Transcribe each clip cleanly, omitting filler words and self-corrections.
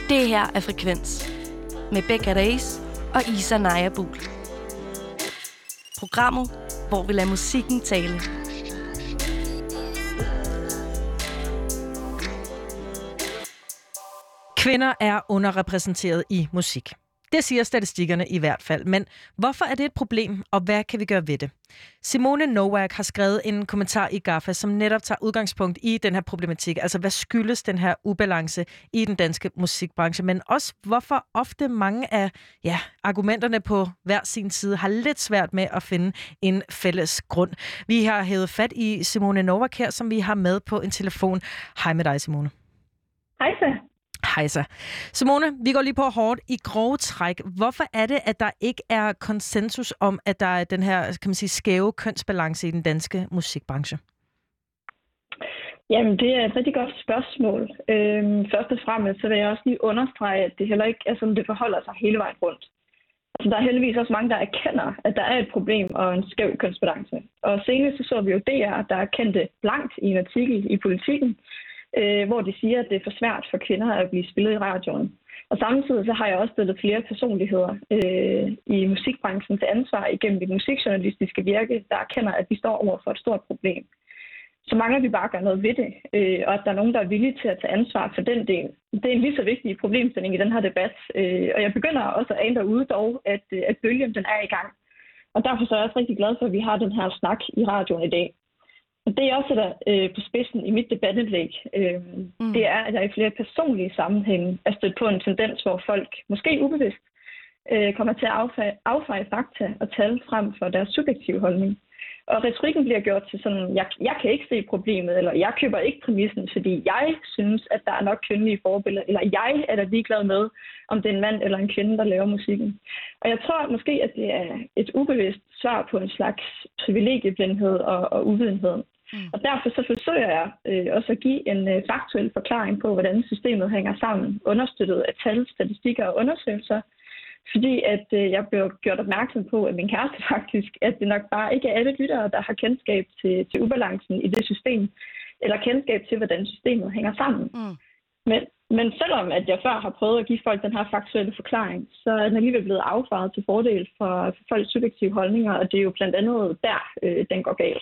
Det her er Frekvens med Becca Reis og Isa Naja Buhl. Programmet, hvor vi lader musikken tale. Kvinder er underrepræsenteret i musik. Det siger statistikkerne i hvert fald. Men hvorfor er det et problem, og hvad kan vi gøre ved det? Simone Nowak har skrevet en kommentar i GAFFA, som netop tager udgangspunkt i den her problematik. Altså, hvad skyldes den her ubalance i den danske musikbranche? Men også, hvorfor ofte mange af argumenterne på hver sin side har lidt svært med at finde en fælles grund. Vi har hævet fat i Simone Nowak her, som vi har med på en telefon. Hej med dig, Simone. Hej så. Hej så. Simone, vi går lige på hårdt i grove træk. Hvorfor er det, at der ikke er konsensus om, at der er den her, kan man sige, skæve kønsbalance i den danske musikbranche? Jamen, det er et rigtig godt spørgsmål. Først og fremmest så vil jeg også lige understrege, at det heller ikke er sådan, det forholder sig hele vejen rundt. Altså, der er heldigvis også mange, der erkender, at der er et problem og en skæv kønsbalance. Og senest så vi jo DR, der erkendte blankt i en artikel i Politiken, hvor de siger, at det er for svært for kvinder at blive spillet i radioen. Og samtidig så har jeg også stillet flere personligheder i musikbranchen til ansvar igennem det musikjournalistiske virke, der erkender, at vi står over for et stort problem. Så mangler vi bare at gøre noget ved det, og at der er nogen, der er villige til at tage ansvar for den del. Det er en lige så vigtig problemstilling i den her debat, og jeg begynder også at ane derude dog, at bølgen den er i gang. Og derfor så er jeg også rigtig glad for, at vi har den her snak i radioen i dag. Det jeg også sætter på spidsen i mit debatindlæg, det er, at jeg i flere personlige sammenhænge er stødt på en tendens, hvor folk, måske ubevidst, kommer til at affeje fakta og tal frem for deres subjektive holdning. Og retorikken bliver gjort til sådan, jeg kan ikke se problemet, eller jeg køber ikke præmissen, fordi jeg synes, at der er nok kvindelige forbilleder, eller jeg er da ligeglad med, om det er en mand eller en kvinde, der laver musikken. Og jeg tror måske, at det er et ubevidst svar på en slags privilegieblindhed og uvidenhed. Og derfor så forsøger jeg også at give en faktuel forklaring på, hvordan systemet hænger sammen, understøttet af tal, statistikker og undersøgelser. Fordi at jeg blev gjort opmærksom på, at min kæreste faktisk, at det nok bare ikke er alle lyttere, der har kendskab til ubalancen i det system, eller kendskab til, hvordan systemet hænger sammen. Men selvom at jeg før har prøvet at give folk den her faktuelle forklaring, så er den alligevel blevet affejet til fordel for folks subjektive holdninger, og det er jo blandt andet der, den går galt.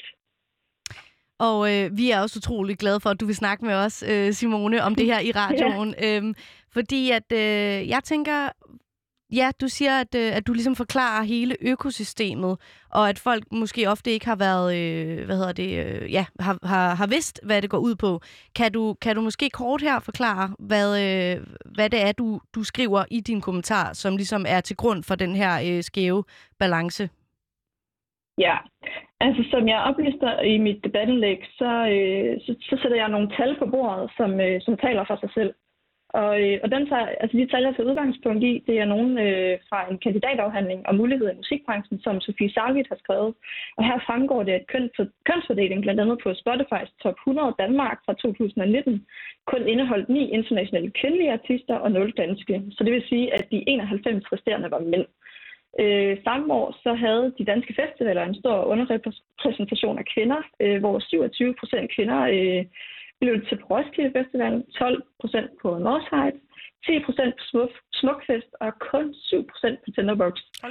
Og vi er også utrolig glade for, at du vil snakke med os, Simone, om det her i radioen. Fordi at jeg tænker, ja, du siger, at du ligesom forklarer hele økosystemet, og at folk måske ofte ikke har været, har vidst, hvad det går ud på. Kan du måske kort her forklare, hvad det er, du skriver i din kommentar, som ligesom er til grund for den her skæve balance? Ja, altså som jeg oplister i mit debatindlæg, så sætter jeg nogle tal på bordet, som taler for sig selv. Og de tal, jeg tager udgangspunkt i, det er nogen fra en kandidatafhandling om muligheder i musikbranchen, som Sofie Sarvit har skrevet. Og her fremgår det, at kønsfordeling blandt andet på Spotifys top 100 Danmark fra 2019 kun indeholdt 9 internationale kvindelige artister og 0 danske. Så det vil sige, at de 91 resterende var mænd. Samme år så havde de danske festivaler en stor underrepræsentation af kvinder, hvor 27% kvinder blev til på Roskilde Festival, 12% på Northside, 10% på Smukfest og kun 7% på Tinderbox.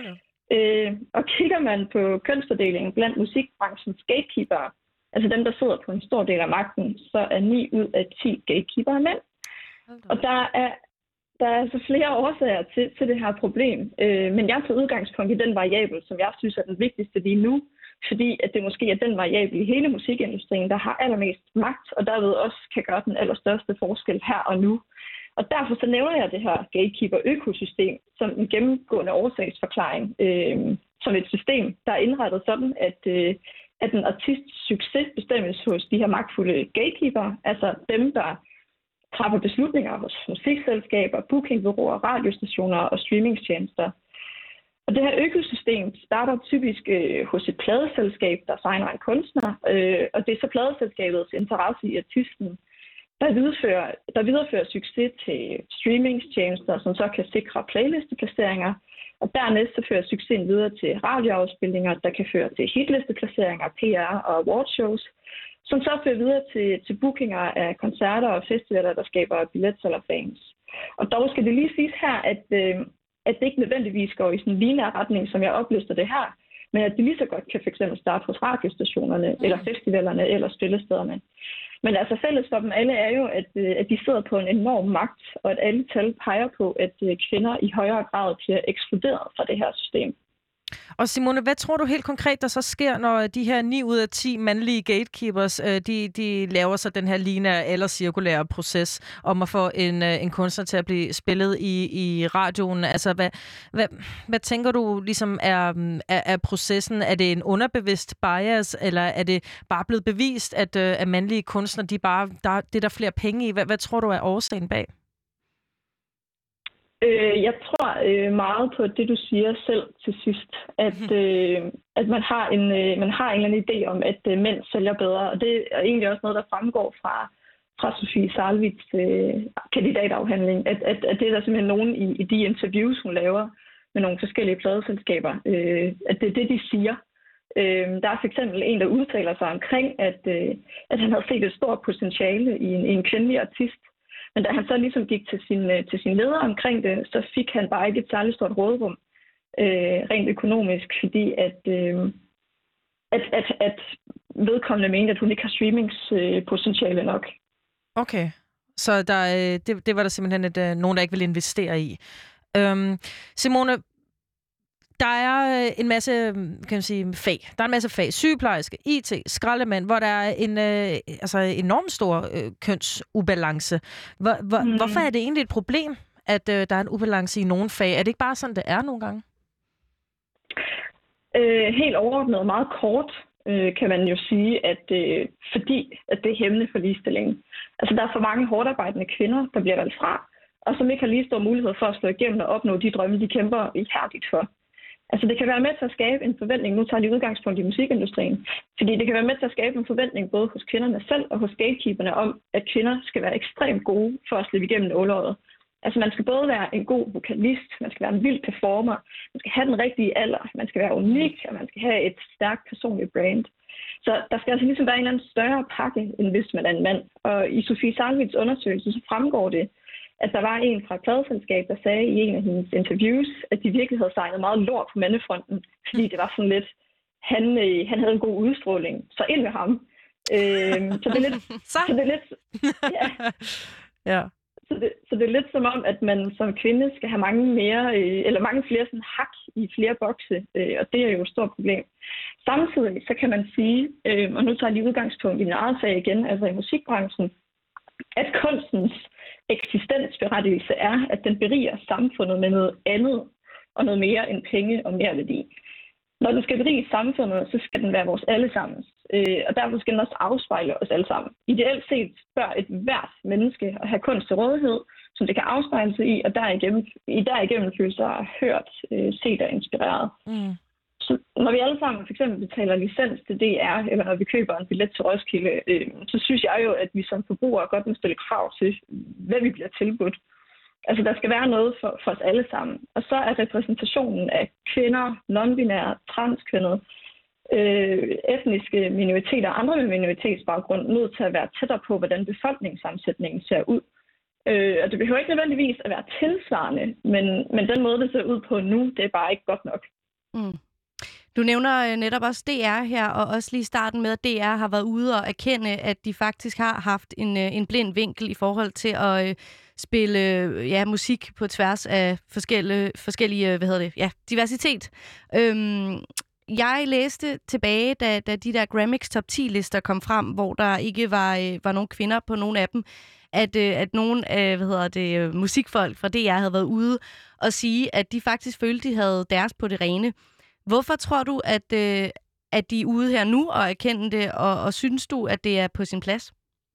Og kigger man på kønsfordelingen blandt musikbranchens gatekeepere, altså dem, der sidder på en stor del af magten, så er 9 ud af 10 gatekeepere mænd. Og der er altså flere årsager til det her problem, men jeg tager udgangspunkt i den variabel, som jeg synes er den vigtigste lige nu, fordi at det måske er den variabel i hele musikindustrien, der har allermest magt, og derved også kan gøre den allerstørste forskel her og nu. Og derfor så nævner jeg det her gatekeeper-økosystem som en gennemgående årsagsforklaring, som et system, der er indrettet sådan, at en artists succes bestemmes hos de her magtfulde gatekeepere, altså dem, der træffer beslutninger hos musikselskaber, bookingbureauer, radiostationer og streamingtjenester. Og det her økosystem starter typisk hos et pladeselskab, der signer en kunstner, og det er så pladeselskabets interesse i artisten, der viderefører succes til streamingtjenester, som så kan sikre playlisteplaceringer, og dernæst så fører succesen videre til radioafspilninger, der kan føre til hitlisteplaceringer, PR og awardshows, som så fører videre til bookinger af koncerter og festivaler, der skaber billetsalg og fans. Og dog skal det lige siges her, at det ikke nødvendigvis går i sådan en lineær retning, som jeg oplister det her, men at det lige så godt kan f.eks. starte hos radiostationerne, eller festivalerne, eller spillestederne. Men altså fælles for dem alle er jo, at de sidder på en enorm magt, og at alle tal peger på, at kvinder i højere grad bliver ekskluderet fra det her system. Og Simone, hvad tror du helt konkret, der så sker, når de her 9 ud af 10 mandlige gatekeepers, de laver så den her lineære eller cirkulære proces om at få en kunstner til at blive spillet i radioen? Altså, hvad tænker du ligesom er processen? Er det en underbevidst bias, eller er det bare blevet bevist, at mandlige kunstnere, det er der flere penge i? Hvad tror du er årsagen bag? Jeg tror meget på det, du siger selv til sidst, at man har en eller anden idé om, at mænd sælger bedre, og det er egentlig også noget, der fremgår fra Sofie Sarlwitz kandidatafhandling, at det er der simpelthen nogen i de interviews, hun laver med nogle forskellige pladeselskaber, at det er det, de siger. Der er for eksempel en, der udtaler sig omkring, at han havde set et stort potentiale i en kvindelig artist. Men da han så ligesom gik til sin leder omkring det, så fik han bare ikke et særligt stort råderum rent økonomisk, fordi at vedkommende mente, at hun ikke har streamingspotentiale nok. Okay, så det var der simpelthen nogen, der ikke ville investere i. Simone, der er en masse, kan man sige, fag. Der er en masse fag. Sygeplejerske, IT, skraldemand, hvor der er en enormt stor kønsubalance. Hvorfor er det egentlig et problem, at der er en ubalance i nogle fag? Er det ikke bare sådan, det er nogle gange? Helt overordnet og meget kort kan man jo sige, at fordi at det er hæmmende for ligestillingen. Altså, der er for mange hårdarbejdende kvinder, der bliver valgt fra, og som ikke har lige stor mulighed for at slå igennem og opnå de drømme, de kæmper ihærdigt for. Altså det kan være med til at skabe en forventning, nu tager de udgangspunkt i musikindustrien, fordi det kan være med til at skabe en forventning både hos kvinderne selv og hos gatekeeperne om, at kvinder skal være ekstremt gode for at slippe igennem nåleøjet. Altså man skal både være en god vokalist, man skal være en vild performer, man skal have den rigtige alder, man skal være unik, og man skal have et stærkt personligt brand. Så der skal altså ligesom være en eller anden større pakke, end hvis man er en mand. Og i Sofie Sarlwitz undersøgelse, så fremgår det, at der var en fra et pladeselskab, der sagde i en af hendes interviews, at de virkelig havde sejlet meget lort på mandefronten, fordi det var sådan lidt, han havde en god udstråling, så ind med ham. Så det er lidt... Ja. Så det er lidt som om, at man som kvinde skal have mange flere sådan hak i flere bokse, og det er jo et stort problem. Samtidig så kan man sige, og nu tager jeg lige udgangspunkt i min eget sag igen, altså i musikbranchen, at kunstens eksistensberettigelse er, at den beriger samfundet med noget andet og noget mere end penge og mere værdi. Når den skal berige samfundet, så skal den være vores allesammens, og derfor skal den også afspejle os alle sammen. Ideelt set bør et hvert menneske have kunst til rådighed, som det kan afspejle sig i, og derigennem føle sig hørt, set og inspireret. Så når vi alle sammen for eksempel betaler licens til DR, eller når vi køber en billet til Roskilde, så synes jeg jo, at vi som forbrugere godt må stille krav til, hvad vi bliver tilbudt. Altså, der skal være noget for os alle sammen. Og så er repræsentationen af kvinder, non-binære, transkønnede, etniske minoriteter og andre med minoritetsbaggrund nødt til at være tættere på, hvordan befolkningssammensætningen ser ud. Og det behøver ikke nødvendigvis at være tilsvarende, men den måde, det ser ud på nu, det er bare ikke godt nok. Du nævner netop også DR her, og også lige starten med, at DR har været ude og erkende, at de faktisk har haft en blind vinkel i forhold til at spille musik på tværs af forskellige diversitet. Jeg læste tilbage, da de der Grammys top 10-lister kom frem, hvor der ikke var nogen kvinder på nogen af dem, at nogle af musikfolk fra DR havde været ude og sige, at de faktisk følte, de havde deres på det rene. Hvorfor tror du, at de er ude her nu og erkende det, og synes du, at det er på sin plads?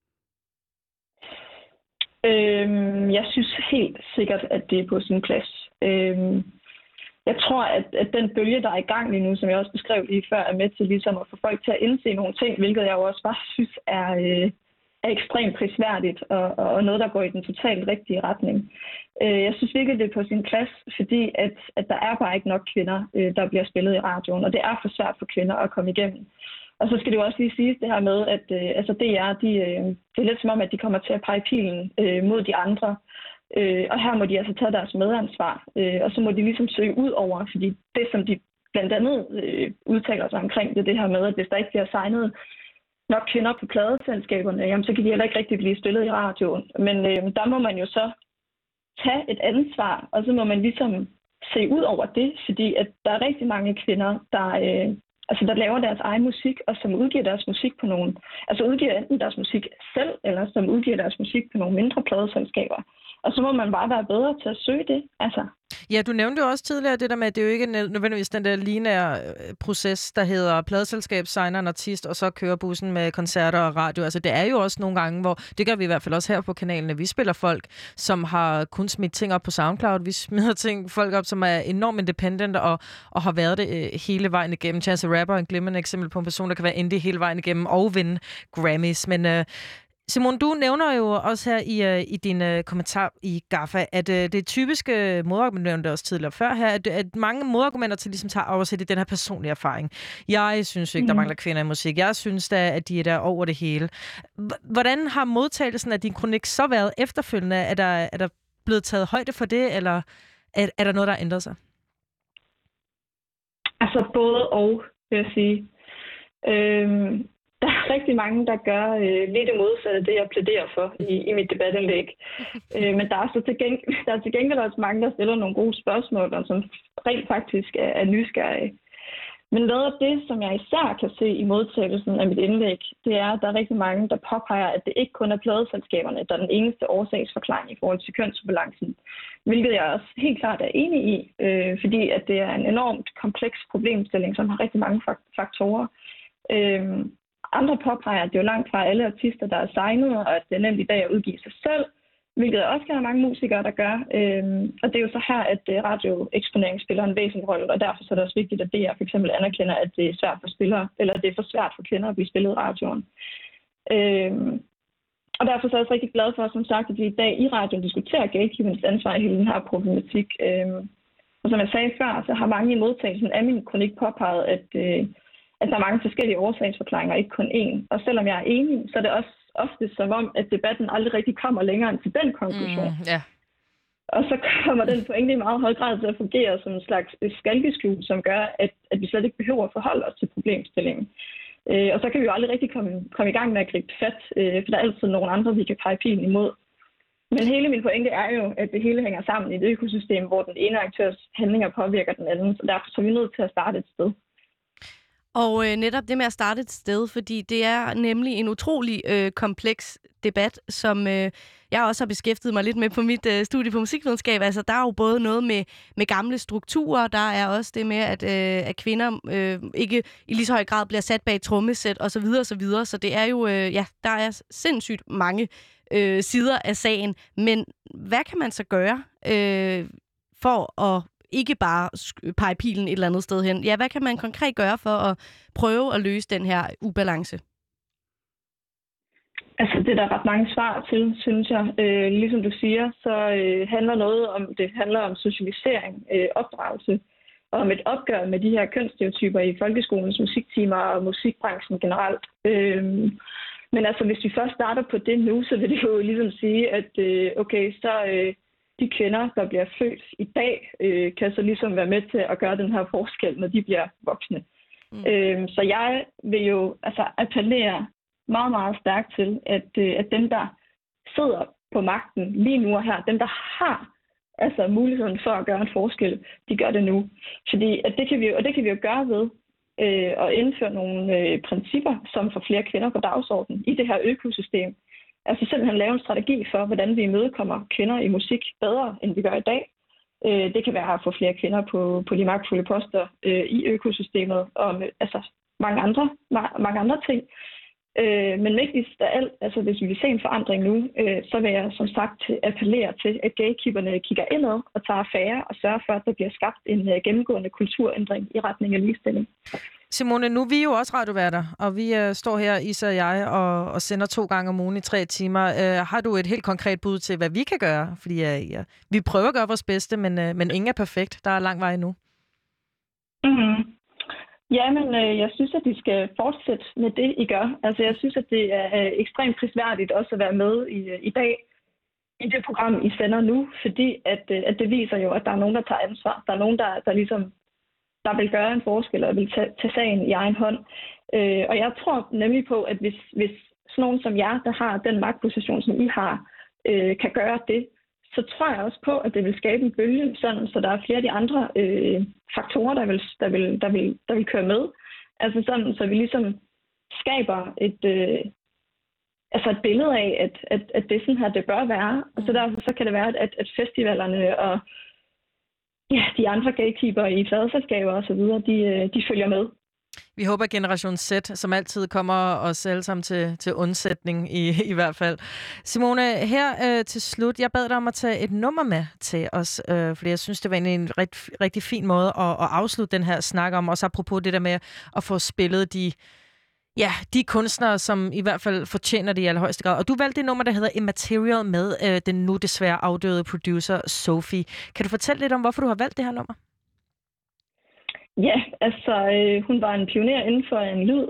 Jeg synes helt sikkert, at det er på sin plads. Jeg tror, at den bølge, der er i gang lige nu, som jeg også beskrev lige før, er med til ligesom at få folk til at indse nogle ting, hvilket jeg jo også bare synes er ekstremt prisværdigt og noget, der går i den totalt rigtige retning. Jeg synes virkelig, det er på sin plads, fordi at der er bare ikke nok kvinder, der bliver spillet i radioen, og det er for svært for kvinder at komme igennem. Og så skal det jo også lige siges det her med, at det er lidt som om, at de kommer til at pege pilen mod de andre. Og her må de altså tage deres medansvar, og så må de ligesom søge ud over, fordi det, som de blandt andet udtaler sig omkring, det her med, at hvis der ikke bliver signet nok kvinder på pladeselskaberne, jamen, så kan de heller ikke rigtig blive spillet i radioen. Men der må man jo så tage et ansvar, og så må man ligesom se ud over det, fordi at der er rigtig mange kvinder, der laver deres egen musik, og som udgiver deres musik på nogle, altså udgiver enten deres musik selv, eller som udgiver deres musik på nogle mindre pladeselskaber. Og så må man bare være bedre til at søge det. Altså. Ja, du nævnte jo også tidligere det der med, at det er jo ikke nødvendigvis den der lineære proces, der hedder pladeselskab, signer en artist, og så kører bussen med koncerter og radio. Altså det er jo også nogle gange, hvor, det gør vi i hvert fald også her på kanalen, at vi spiller folk, som har kun smidt ting op på SoundCloud. Vi smider folk op, som er enormt independent og har været det hele vejen igennem. Chance the Rapper er en glimrende eksempel på en person, der kan være indie hele vejen igennem og vinde Grammys. Men Simone, du nævner jo også her i din kommentar i GAFFA, at det typiske modargument, nævnte også tidligere før her, at mange modargumenter til ligesom tager afsæt i den her personlige erfaring. Jeg synes ikke, der mangler kvinder i musik. Jeg synes da, at de er der over det hele. Hvordan har modtagelsen af din kronik så været efterfølgende? Er der blevet taget højde for det, eller er der noget, der har ændret sig? Altså både og, vil jeg sige. Der er rigtig mange, der gør lidt det modsatte af det, jeg plæderer for i mit debatindlæg. Men der er til gengæld også mange, der stiller nogle gode spørgsmål, og som rent faktisk er nysgerrige. Men noget af det, som jeg især kan se i modtagelsen af mit indlæg, det er, at der er rigtig mange, der påpeger, at det ikke kun er pladeselskaberne, der er den eneste årsagsforklaring i forhold til kønsubalancen. Hvilket jeg også helt klart er enig i, fordi at det er en enormt kompleks problemstilling, som har rigtig mange faktorer. Andre påpeger, at det er jo langt fra alle artister, der er signet, og at det er nemt i dag at udgive sig selv, hvilket også kan have mange musikere, der gør. Og det er jo så her, at radioeksponering spiller en væsentlig rolle, og derfor er det også vigtigt, at DR for eksempel anerkender, at det er svært for spillere, eller det er for svært for kvinder at blive spillet i radioen. Og derfor er jeg også rigtig glad for, som sagt, at vi i dag i radioen diskuterer gatekeepernes ansvar i hele den her problematik. Og som jeg sagde før, så har mange i modtagelsen af min kronik påpeget, at der er mange forskellige årsagsforklaringer, ikke kun én. Og selvom jeg er enig, så er det også ofte som om, at debatten aldrig rigtig kommer længere end til den konklusion. Yeah. Og så kommer den pointe i meget høj grad til at fungere som en slags skalkeskjul, som gør, at vi slet ikke behøver at forholde os til problemstillingen. Og så kan vi jo aldrig rigtig komme i gang med at gribe fat, for der er altid nogle andre, vi kan pege pilen imod. Men hele min pointe er jo, at det hele hænger sammen i et økosystem, hvor den ene aktørs handlinger påvirker den anden, så derfor er vi nødt til at starte et sted. Og netop det med at starte et sted, fordi det er nemlig en utrolig kompleks debat, som jeg også har beskæftiget mig lidt med på mit studie på musikvidenskab. Altså, der er jo både noget med gamle strukturer, der er også det med, at kvinder ikke i lige så høj grad bliver sat bag trommesæt osv. osv. Så det er jo, der er sindssygt mange sider af sagen. Men hvad kan man så gøre for at ikke bare pege pilen et eller andet sted hen? Ja, hvad kan man konkret gøre for at prøve at løse den her ubalance? Altså, det er der ret mange svar til, synes jeg. Ligesom du siger, så handler om socialisering, opdragelse, og om et opgør med de her kønsstereotyper i folkeskolens musiktimer og musikbranchen generelt. Men altså, hvis vi først starter på det nu, så vil det jo ligesom sige, at de kvinder, der bliver født i dag, kan så ligesom være med til at gøre den her forskel, når de bliver voksne. Så jeg vil jo appellere meget, meget stærkt til, at dem, der sidder på magten lige nu og her, dem, der har muligheden for at gøre en forskel, de gør det nu. Fordi at det kan vi jo gøre ved at indføre nogle principper, som får flere kvinder på dagsordenen i det her økosystem. Altså simpelthen lave en strategi for, hvordan vi imødekommer kvinder i musik bedre, end vi gør i dag. Det kan være at få flere kvinder på de magtfulde poster i økosystemet, og mange andre ting. Men vigtigst af alt, altså hvis vi vil se en forandring nu, så vil jeg som sagt appellere til, at gatekeeperne kigger indad og tager affære og sørger for, at der bliver skabt en gennemgående kulturændring i retning af ligestilling. Simone, nu er vi jo også radioværter, og vi står her, Isa og jeg, og sender 2 gange om ugen i 3 timer. Har du et helt konkret bud til, hvad vi kan gøre? Fordi vi prøver at gøre vores bedste, men ingen er perfekt. Der er lang vej endnu. Mm-hmm. Jamen, jeg synes, at de skal fortsætte med det, I gør. Altså, jeg synes, at det er ekstremt prisværdigt også at være med i dag. i det program, I sender nu, fordi at det viser jo, at der er nogen, der tager ansvar. Der er nogen, der ligesom der vil gøre en forskel og vil tage sagen i egen hånd. Og jeg tror nemlig på, at hvis sådan nogen som jer, der har den magtposition, som I har, kan gøre det, så tror jeg også på, at det vil skabe en bølge, sådan, så der er flere af de andre faktorer, der vil køre med. Altså sådan, så vi ligesom skaber et billede af, at det er sådan her, det bør være. Og så derfor så kan det være, at festivalerne og de andre gatekeeper i pladeselskaber og så videre, de følger med. Vi håber, at Generation Z, som altid, kommer os alle sammen til undsætning i hvert fald. Simone, her til slut, jeg bad dig om at tage et nummer med til os, fordi jeg synes, det var en rigtig fin måde at afslutte den her snak om, også apropos det der med at få spillet de kunstnere, som i hvert fald fortjener det i allerhøjeste grad. Og du valgte det nummer, der hedder Immaterial med den nu desværre afdøde producer Sophie. Kan du fortælle lidt om, hvorfor du har valgt det her nummer? Ja, altså hun var en pioner inden for en lyd,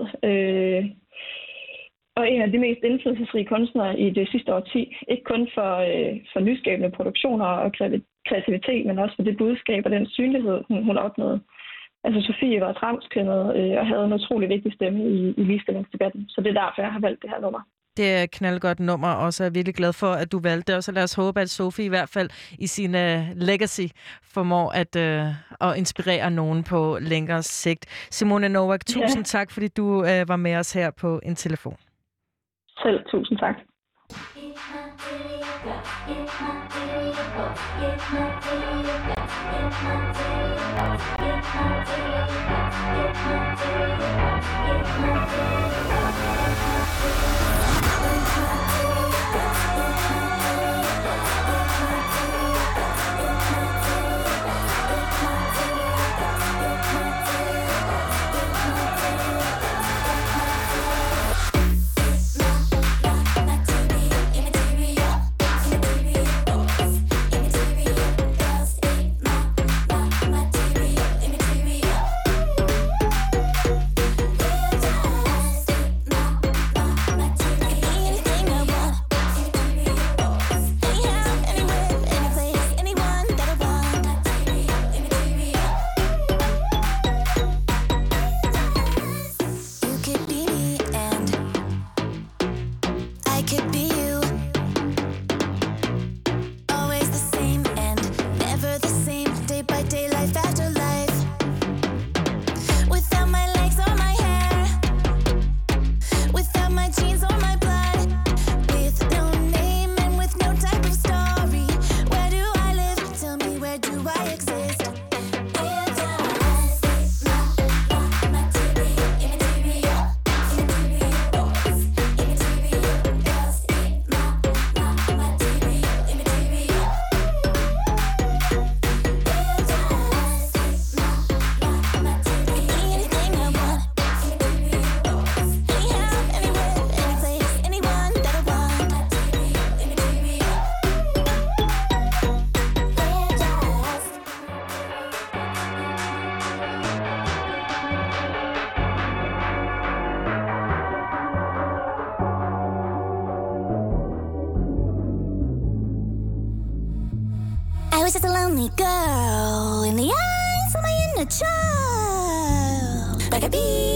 og en af de mest indflydelsesrige kunstnere i det sidste årti. Ikke kun for nyskabende produktioner og kreativitet, men også for det budskab og den synlighed, hun opnåede. Altså Sofie var transkønnet og havde en utrolig vigtig stemme i ligestillingsdebatten, så det er derfor, jeg har valgt det her nummer. Det er et knaldgodt nummer, og så er jeg virkelig glad for, at du valgte det. Og så lad os håbe, at Sophie i hvert fald i sin legacy formår at inspirere nogen på længere sigt. Simone Novak, tusind tak, fordi du var med os her på en telefon. Selv tusind tak. I was just a lonely girl in the eyes of my inner child. But I could be